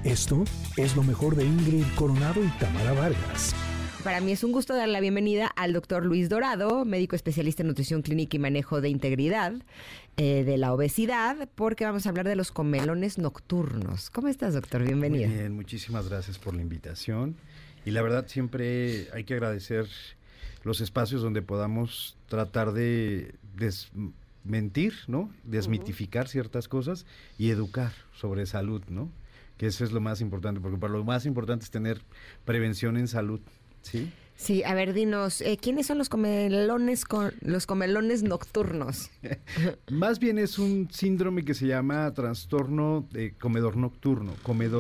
Esto es lo mejor de Ingrid Coronado y Tamara Vargas. Para mí es un gusto dar la bienvenida al doctor Luis Dorado, médico especialista en nutrición clínica y manejo de integridad de la obesidad, porque vamos a hablar de los comelones nocturnos. ¿Cómo estás, doctor? Bienvenido. Muy bien, muchísimas gracias por la invitación. Y la verdad siempre hay que agradecer los espacios donde podamos tratar de desmentir, ¿no? Desmitificar ciertas cosas y educar sobre salud, ¿no? Que eso es lo más importante, porque para lo más importante es tener prevención en salud, ¿sí? Sí, a ver, dinos, ¿quiénes son los comelones nocturnos? Más bien es un síndrome que se llama trastorno de comedor nocturno.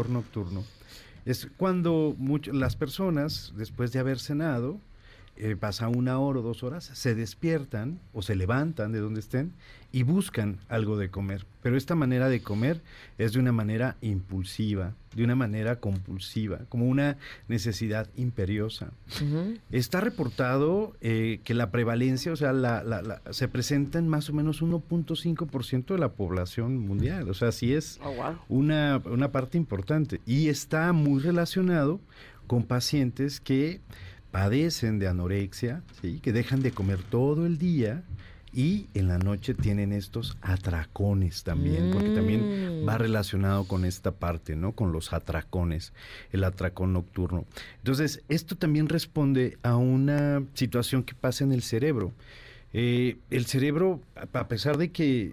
Es cuando las personas, después de haber cenado, pasa 1 hora o 2 horas, se despiertan o se levantan de donde estén y buscan algo de comer. Pero esta manera de comer es de una manera impulsiva, de una manera compulsiva, como una necesidad imperiosa. Uh-huh. Está reportado que la prevalencia, o sea, se presenta en más o menos 1.5% de la población mundial. O sea, sí es una parte importante. Y está muy relacionado con pacientes que padecen de anorexia, ¿sí? Que dejan de comer todo el día y en la noche tienen estos atracones también, porque también va relacionado con esta parte, ¿no? Con los atracones, el atracón nocturno. Entonces, esto también responde a una situación que pasa en el cerebro. El cerebro, a pesar de que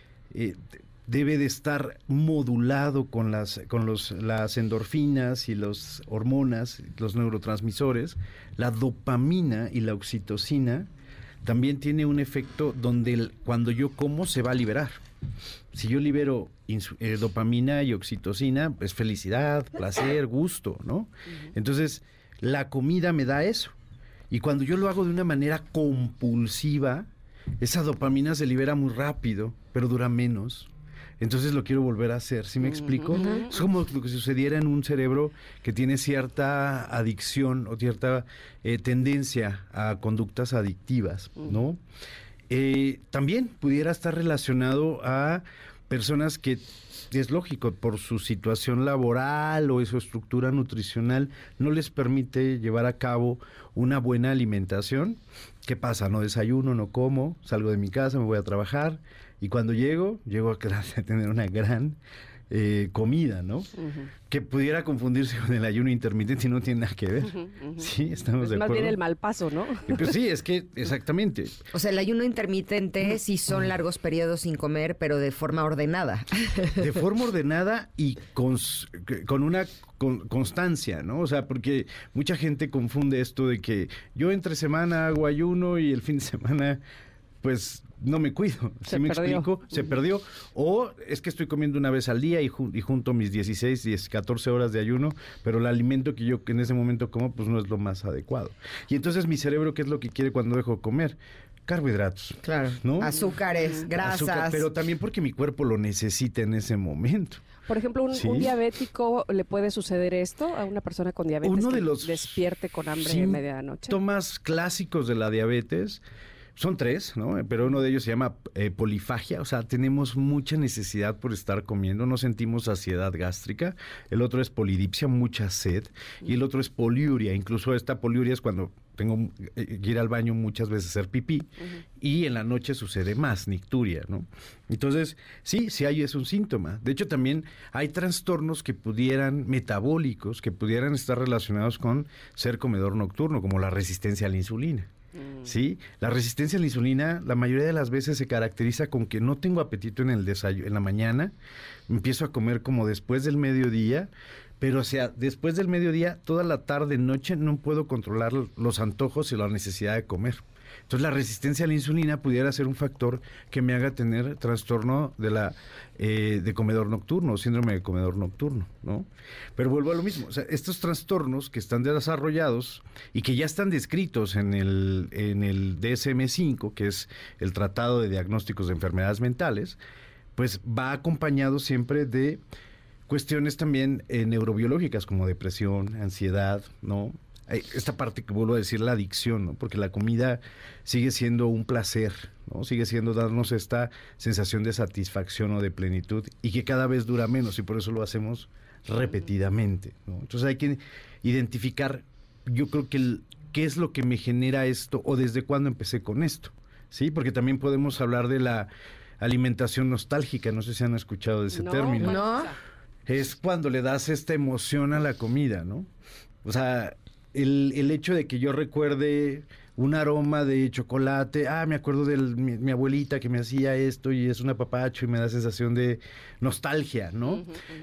debe de estar modulado con las endorfinas y las hormonas, los neurotransmisores, la dopamina y la oxitocina también tiene un efecto donde cuando yo como se va a liberar. Si yo libero dopamina y oxitocina, es felicidad, placer, gusto, ¿no? Entonces, la comida me da eso. Y cuando yo lo hago de una manera compulsiva, esa dopamina se libera muy rápido, pero dura menos. Entonces lo quiero volver a hacer, ¿sí me explico? Uh-huh. Es como lo que sucediera en un cerebro que tiene cierta adicción o cierta tendencia a conductas adictivas, ¿no? También pudiera estar relacionado a personas que, es lógico, por su situación laboral o su estructura nutricional, no les permite llevar a cabo una buena alimentación. ¿Qué pasa? No desayuno, no como, salgo de mi casa, me voy a trabajar y cuando llego a tener una gran comida, ¿no? Uh-huh. Que pudiera confundirse con el ayuno intermitente y no tiene nada que ver. Uh-huh, uh-huh. Sí, estamos de acuerdo. Más bien el mal paso, ¿no? Pues sí, es que exactamente. O sea, el ayuno intermitente sí son largos periodos sin comer, pero de forma ordenada. De forma ordenada y con una constancia, ¿no? O sea, porque mucha gente confunde esto de que yo entre semana hago ayuno y el fin de semana pues no me cuido, ¿sí me explico? Se perdió. O es que estoy comiendo una vez al día y junto mis 14 horas de ayuno, pero el alimento que yo en ese momento como, pues no es lo más adecuado. Y entonces mi cerebro, ¿qué es lo que quiere cuando dejo de comer? Carbohidratos. Claro, ¿no? Azúcares, grasas. Pero también porque mi cuerpo lo necesita en ese momento. Por ejemplo, un diabético, ¿le puede suceder esto a una persona con diabetes? Uno de los despierte con hambre en medianoche. Síntomas clásicos de la diabetes son 3, ¿no? Pero uno de ellos se llama polifagia, o sea, tenemos mucha necesidad por estar comiendo, no sentimos saciedad gástrica. El otro es polidipsia, mucha sed. Y el otro es poliuria, incluso esta poliuria es cuando tengo que ir al baño muchas veces a hacer pipí, y en la noche sucede más, nicturia, ¿no? Entonces, sí hay, es un síntoma. De hecho, también hay trastornos metabólicos, que pudieran estar relacionados con ser comedor nocturno, como la resistencia a la insulina. ¿Sí? La resistencia a la insulina la mayoría de las veces se caracteriza con que no tengo apetito en el desayuno, en la mañana, empiezo a comer como después del mediodía, pero o sea, después del mediodía, toda la tarde, noche, no puedo controlar los antojos y la necesidad de comer. Entonces la resistencia a la insulina pudiera ser un factor que me haga tener trastorno de comedor nocturno, síndrome de comedor nocturno, ¿no? Pero vuelvo a lo mismo, o sea, estos trastornos que están desarrollados y que ya están descritos en el DSM-5, que es el Tratado de Diagnósticos de Enfermedades Mentales, pues va acompañado siempre de cuestiones también neurobiológicas como depresión, ansiedad, ¿no? esta parte que vuelvo a decir, la adicción, ¿no? Porque la comida sigue siendo un placer, ¿no? Sigue siendo darnos esta sensación de satisfacción o de plenitud y que cada vez dura menos y por eso lo hacemos repetidamente, ¿no? Entonces hay que identificar, yo creo que qué es lo que me genera esto o desde cuándo empecé con esto, ¿sí? Porque también podemos hablar de la alimentación nostálgica, no sé si han escuchado de ese término. No. Es cuando le das esta emoción a la comida, ¿no? O sea, el hecho de que yo recuerde un aroma de chocolate, me acuerdo de mi abuelita que me hacía esto y es un apapacho y me da sensación de nostalgia, ¿no?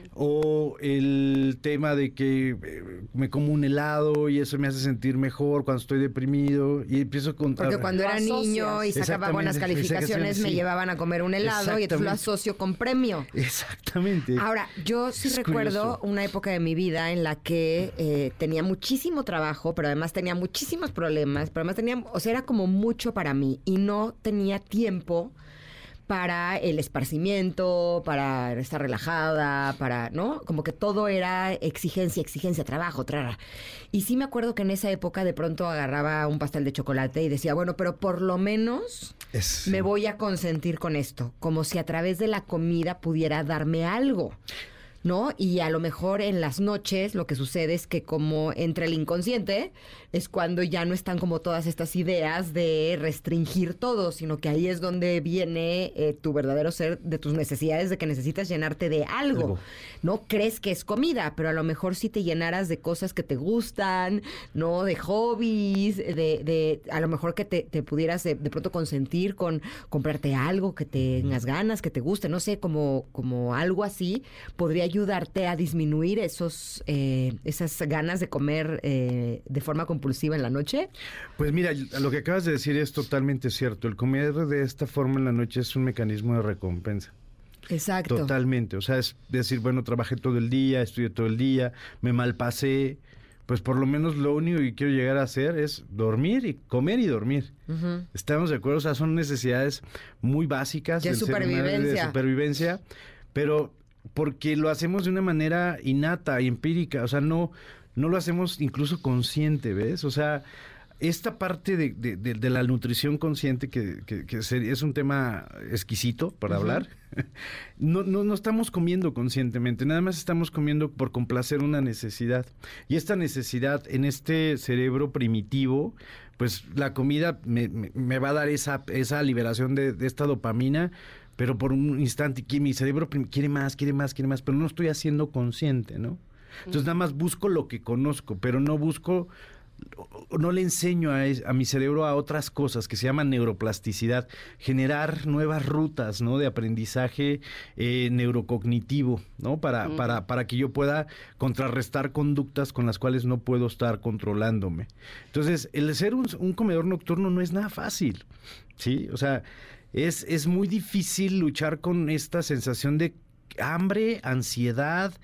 O el tema de que me como un helado y eso me hace sentir mejor cuando estoy deprimido y empiezo a contar. Porque cuando era niño y sacaba buenas calificaciones me llevaban a comer un helado y entonces lo asocio con premio. Exactamente. Ahora, yo sí recuerdo una época de mi vida en la que tenía muchísimo trabajo, pero además tenía muchísimos problemas, pero además o sea, era como mucho para mí y no tenía tiempo para el esparcimiento, para estar relajada, ¿no? Como que todo era exigencia, trabajo, Y sí me acuerdo que en esa época de pronto agarraba un pastel de chocolate y decía, bueno, pero por lo menos me voy a consentir con esto, como si a través de la comida pudiera darme algo, ¿no? Y a lo mejor en las noches lo que sucede es que como entra el inconsciente es cuando ya no están como todas estas ideas de restringir todo, sino que ahí es donde viene tu verdadero ser de tus necesidades, de que necesitas llenarte de algo. No crees que es comida, pero a lo mejor si te llenaras de cosas que te gustan, ¿no? De hobbies, de a lo mejor que te pudieras de pronto consentir con comprarte algo que tengas ganas, que te guste, no sé, como algo así, podría ayudarte a disminuir esas ganas de comer de forma compulsiva en la noche. Pues mira, lo que acabas de decir es totalmente cierto. El comer de esta forma en la noche es un mecanismo de recompensa. Exacto. Totalmente. O sea, es decir, bueno, trabajé todo el día, estudié todo el día, me malpasé. Pues por lo menos lo único que quiero llegar a hacer es dormir y comer y dormir. Uh-huh. ¿Estamos de acuerdo? O sea, son necesidades muy básicas de supervivencia, pero porque lo hacemos de una manera innata y empírica, o sea, no lo hacemos incluso consciente, ¿ves? O sea, esta parte de la nutrición consciente, que es un tema exquisito para hablar, no estamos comiendo conscientemente, nada más estamos comiendo por complacer una necesidad. Y esta necesidad en este cerebro primitivo, pues la comida me va a dar esa liberación de esta dopamina, pero por un instante mi cerebro quiere más, pero no estoy haciendo consciente, ¿no? Entonces nada más busco lo que conozco, pero no le enseño a mi cerebro a otras cosas que se llaman neuroplasticidad, generar nuevas rutas, ¿no? De aprendizaje neurocognitivo, ¿no? Para que yo pueda contrarrestar conductas con las cuales no puedo estar controlándome. Entonces, el ser un comedor nocturno no es nada fácil, ¿sí? O sea, es muy difícil luchar con esta sensación de hambre, ansiedad,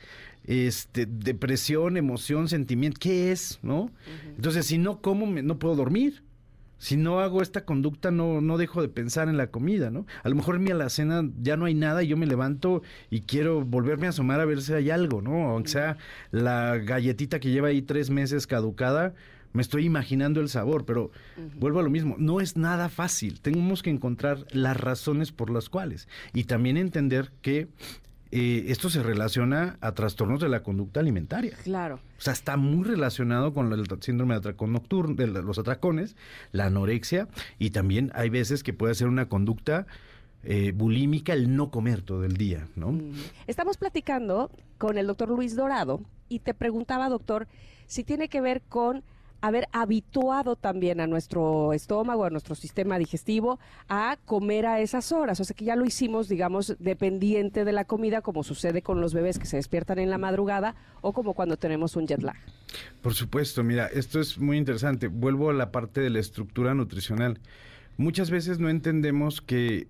depresión, emoción, sentimiento. ¿Qué es, no? Uh-huh. Entonces, si no como, no puedo dormir. Si no hago esta conducta, no dejo de pensar en la comida, ¿no? A lo mejor en mi alacena ya no hay nada y yo me levanto y quiero volverme a asomar a ver si hay algo, ¿no? Aunque sea la galletita que lleva ahí 3 meses caducada, me estoy imaginando el sabor, pero vuelvo a lo mismo, no es nada fácil. Tenemos que encontrar las razones por las cuales. Y también entender que esto se relaciona a trastornos de la conducta alimentaria. Claro. O sea, está muy relacionado con el síndrome de atracón nocturno, de los atracones, la anorexia, y también hay veces que puede ser una conducta bulímica el no comer todo el día, ¿no? Estamos platicando con el doctor Luis Dorado y te preguntaba, doctor, si tiene que ver con haber habituado también a nuestro estómago, a nuestro sistema digestivo, a comer a esas horas. O sea, que ya lo hicimos, digamos, dependiente de la comida, como sucede con los bebés que se despiertan en la madrugada o como cuando tenemos un jet lag. Por supuesto, mira, esto es muy interesante. Vuelvo a la parte de la estructura nutricional. Muchas veces no entendemos que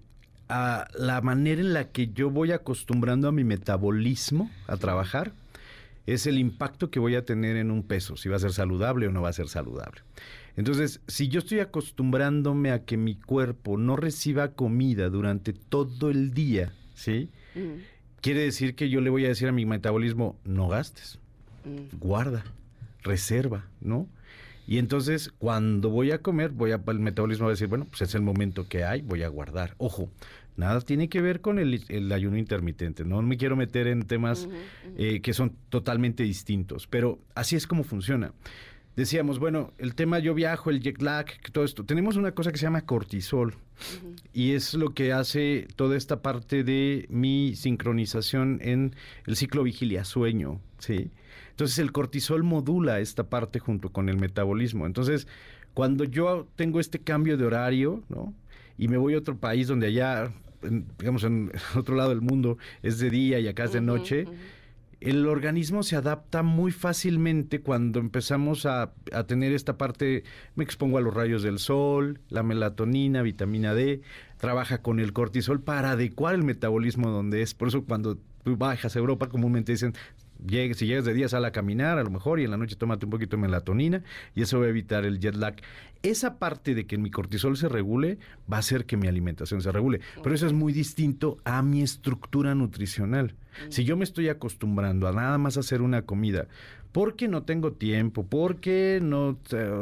la manera en la que yo voy acostumbrando a mi metabolismo a trabajar es el impacto que voy a tener en un peso, si va a ser saludable o no va a ser saludable. Entonces, si yo estoy acostumbrándome a que mi cuerpo no reciba comida durante todo el día, ¿sí? Quiere decir que yo le voy a decir a mi metabolismo, no gastes, guarda, reserva, ¿no? Y entonces, cuando voy a comer, el metabolismo va a decir, bueno, pues es el momento que hay, voy a guardar. Ojo, nada tiene que ver con el ayuno intermitente. No me quiero meter en temas que son totalmente distintos, pero así es como funciona. Decíamos, bueno, el tema yo viajo, el jet lag, todo esto. Tenemos una cosa que se llama cortisol y es lo que hace toda esta parte de mi sincronización en el ciclo vigilia-sueño, ¿sí? Entonces el cortisol modula esta parte junto con el metabolismo. Entonces, cuando yo tengo este cambio de horario, ¿no? Y me voy a otro país donde allá, digamos, en otro lado del mundo es de día y acá es de noche, el organismo se adapta muy fácilmente cuando empezamos a tener esta parte, me expongo a los rayos del sol, la melatonina, vitamina D, trabaja con el cortisol para adecuar el metabolismo donde es. Por eso cuando tú bajas a Europa comúnmente dicen, si llegas de día sal a caminar a lo mejor y en la noche tómate un poquito de melatonina y eso va a evitar el jet lag. Esa parte de que mi cortisol se regule va a hacer que mi alimentación se regule, pero eso es muy distinto a mi estructura nutricional. Si yo me estoy acostumbrando a nada más hacer una comida porque no tengo tiempo, porque no,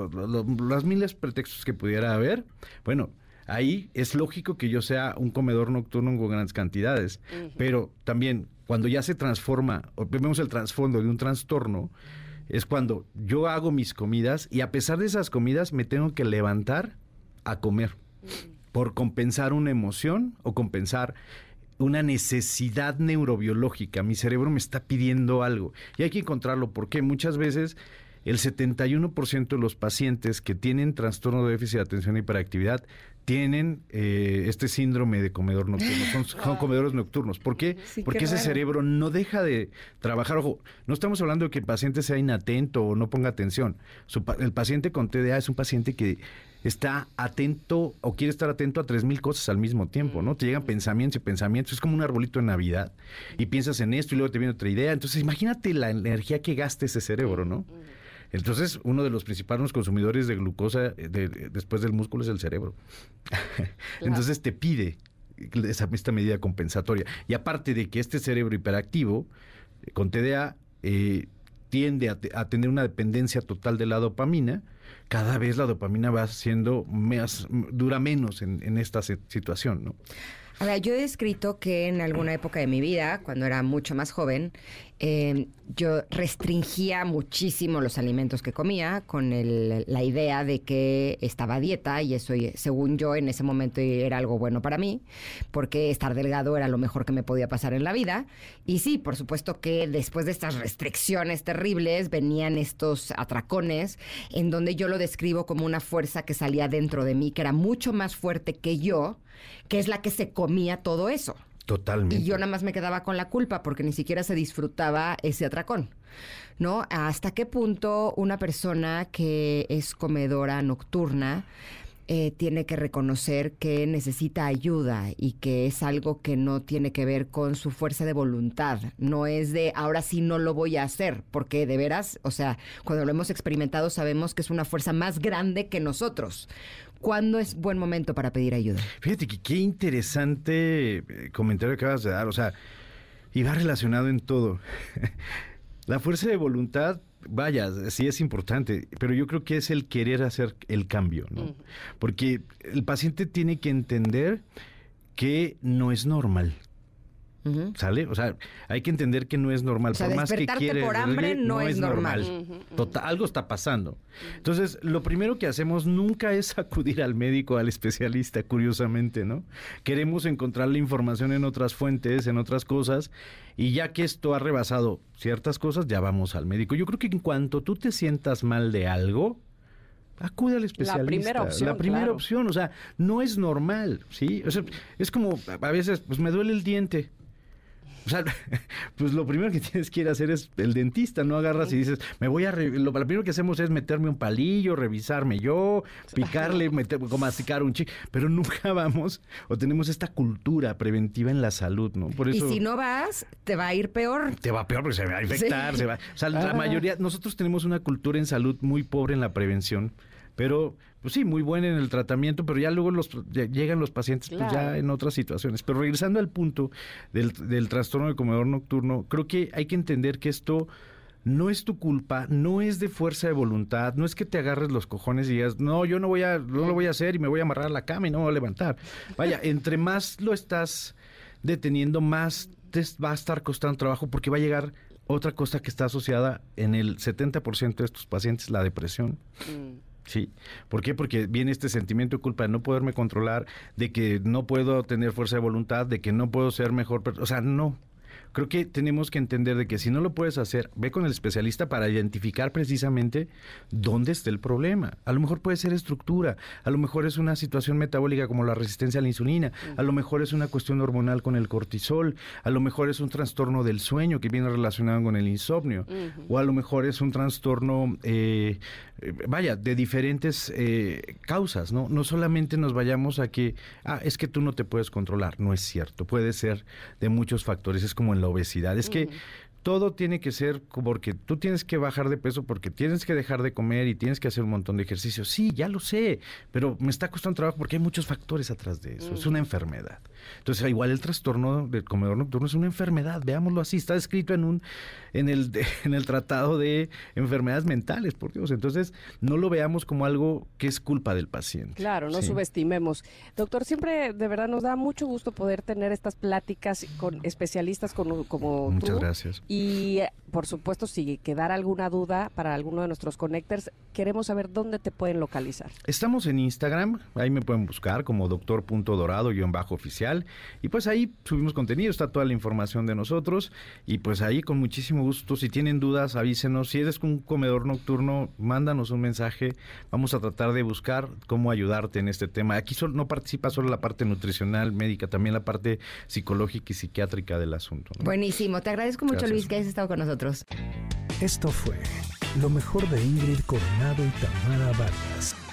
las miles de pretextos que pudiera haber, bueno, ahí es lógico que yo sea un comedor nocturno con grandes cantidades, pero también cuando ya se transforma, o vemos el trasfondo de un trastorno, es cuando yo hago mis comidas y a pesar de esas comidas me tengo que levantar a comer por compensar una emoción o compensar una necesidad neurobiológica. Mi cerebro me está pidiendo algo y hay que encontrarlo porque muchas veces el 71% de los pacientes que tienen trastorno de déficit de atención e hiperactividad tienen este síndrome de comedor nocturno, son comedores nocturnos. ¿Por qué? Sí, porque qué ese raro. cerebro no deja de trabajar. Ojo, no estamos hablando de que el paciente sea inatento o no ponga atención. El paciente con TDA es un paciente que está atento o quiere estar atento a 3,000 cosas al mismo tiempo, ¿no? Te llegan pensamientos y pensamientos, es como un arbolito de Navidad y piensas en esto y luego te viene otra idea. Entonces imagínate la energía que gasta ese cerebro, ¿no? Entonces, uno de los principales consumidores de glucosa después del músculo es el cerebro. Entonces te pide esta medida compensatoria. Y aparte de que este cerebro hiperactivo, con TDA, tiende a tener una dependencia total de la dopamina, cada vez la dopamina va siendo dura menos en esta situación, ¿no? Ahora, yo he escrito que en alguna época de mi vida, cuando era mucho más joven, yo restringía muchísimo los alimentos que comía con la idea de que estaba a dieta y eso, según yo, en ese momento era algo bueno para mí, porque estar delgado era lo mejor que me podía pasar en la vida. Y sí, por supuesto que después de estas restricciones terribles venían estos atracones en donde yo lo describo como una fuerza que salía dentro de mí, que era mucho más fuerte que yo, que es la que se comía todo eso. Totalmente. Y yo nada más me quedaba con la culpa porque ni siquiera se disfrutaba ese atracón, ¿no? ¿Hasta qué punto una persona que es comedora nocturna tiene que reconocer que necesita ayuda y que es algo que no tiene que ver con su fuerza de voluntad? No es de ahora sí no lo voy a hacer, porque de veras, o sea, cuando lo hemos experimentado sabemos que es una fuerza más grande que nosotros. ¿Cuándo es buen momento para pedir ayuda? Fíjate que qué interesante comentario acabas de dar, o sea, y va relacionado en todo. La fuerza de voluntad, vaya, sí es importante, pero yo creo que es el querer hacer el cambio, ¿no? Porque el paciente tiene que entender que no es normal. ¿Sale? O sea, hay que entender que no es normal. O sea, por más que despertarte quiere, por hambre no es normal. Algo está pasando. Entonces, lo primero que hacemos nunca es acudir al médico, al especialista, curiosamente, ¿no? Queremos encontrar la información en otras fuentes, en otras cosas, y ya que esto ha rebasado ciertas cosas, ya vamos al médico. Yo creo que en cuanto tú te sientas mal de algo, acude al especialista. La primera opción, o sea, no es normal, ¿sí? O sea, es como, a veces, pues me duele el diente. O sea, pues lo primero que tienes que ir a hacer es el dentista, no agarras y dices, lo primero que hacemos es meterme un palillo, revisarme yo, picarle, masticar un chicle, pero nunca vamos o tenemos esta cultura preventiva en la salud, ¿no? Por eso, y si no vas, te va a ir peor. Te va peor porque se va a infectar, Sí. o sea, la mayoría, nosotros tenemos una cultura en salud muy pobre en la prevención, pero pues sí, muy buena en el tratamiento, pero ya luego llegan los pacientes pues ya en otras situaciones. Pero regresando al punto del trastorno de comedor nocturno, creo que hay que entender que esto no es tu culpa, no es de fuerza de voluntad, no es que te agarres los cojones y digas, no, yo no lo voy a hacer y me voy a amarrar a la cama y no me voy a levantar. Vaya, entre más lo estás deteniendo, más te va a estar costando trabajo, porque va a llegar otra cosa que está asociada en el 70% de estos pacientes, la depresión. Sí. ¿Por qué? Porque viene este sentimiento de culpa de no poderme controlar, de que no puedo tener fuerza de voluntad, de que no puedo ser mejor persona. O sea, no. Creo que tenemos que entender de que si no lo puedes hacer, ve con el especialista para identificar precisamente dónde está el problema. A lo mejor puede ser estructura, a lo mejor es una situación metabólica como la resistencia a la insulina, a lo mejor es una cuestión hormonal con el cortisol, a lo mejor es un trastorno del sueño que viene relacionado con el insomnio, o a lo mejor es un trastorno, de diferentes causas, ¿no? No solamente nos vayamos a que, es que tú no te puedes controlar, no es cierto, puede ser de muchos factores, es como en la obesidad, es que todo tiene que ser porque tú tienes que bajar de peso, porque tienes que dejar de comer y tienes que hacer un montón de ejercicio. Sí, ya lo sé, pero me está costando trabajo porque hay muchos factores atrás de eso. Es una enfermedad. Entonces, igual el trastorno del comedor nocturno es una enfermedad, veámoslo así. Está descrito en el tratado de enfermedades mentales, por Dios. Entonces, no lo veamos como algo que es culpa del paciente. Claro, no subestimemos. Doctor, siempre de verdad nos da mucho gusto poder tener estas pláticas con especialistas como tú. Muchas gracias. Y, por supuesto, si quedara alguna duda para alguno de nuestros connectors, queremos saber dónde te pueden localizar. Estamos en Instagram, ahí me pueden buscar como doctor.dorado_oficial, y pues ahí subimos contenido, está toda la información de nosotros, y pues ahí con muchísimo gusto, si tienen dudas, avísenos. Si eres un comedor nocturno, mándanos un mensaje, vamos a tratar de buscar cómo ayudarte en este tema. Aquí no participa solo la parte nutricional, médica, también la parte psicológica y psiquiátrica del asunto, ¿no? Buenísimo, te agradezco mucho, Gracias. Luis, que hayas estado con nosotros. Esto fue lo mejor de Ingrid Coronado y Tamara Vargas.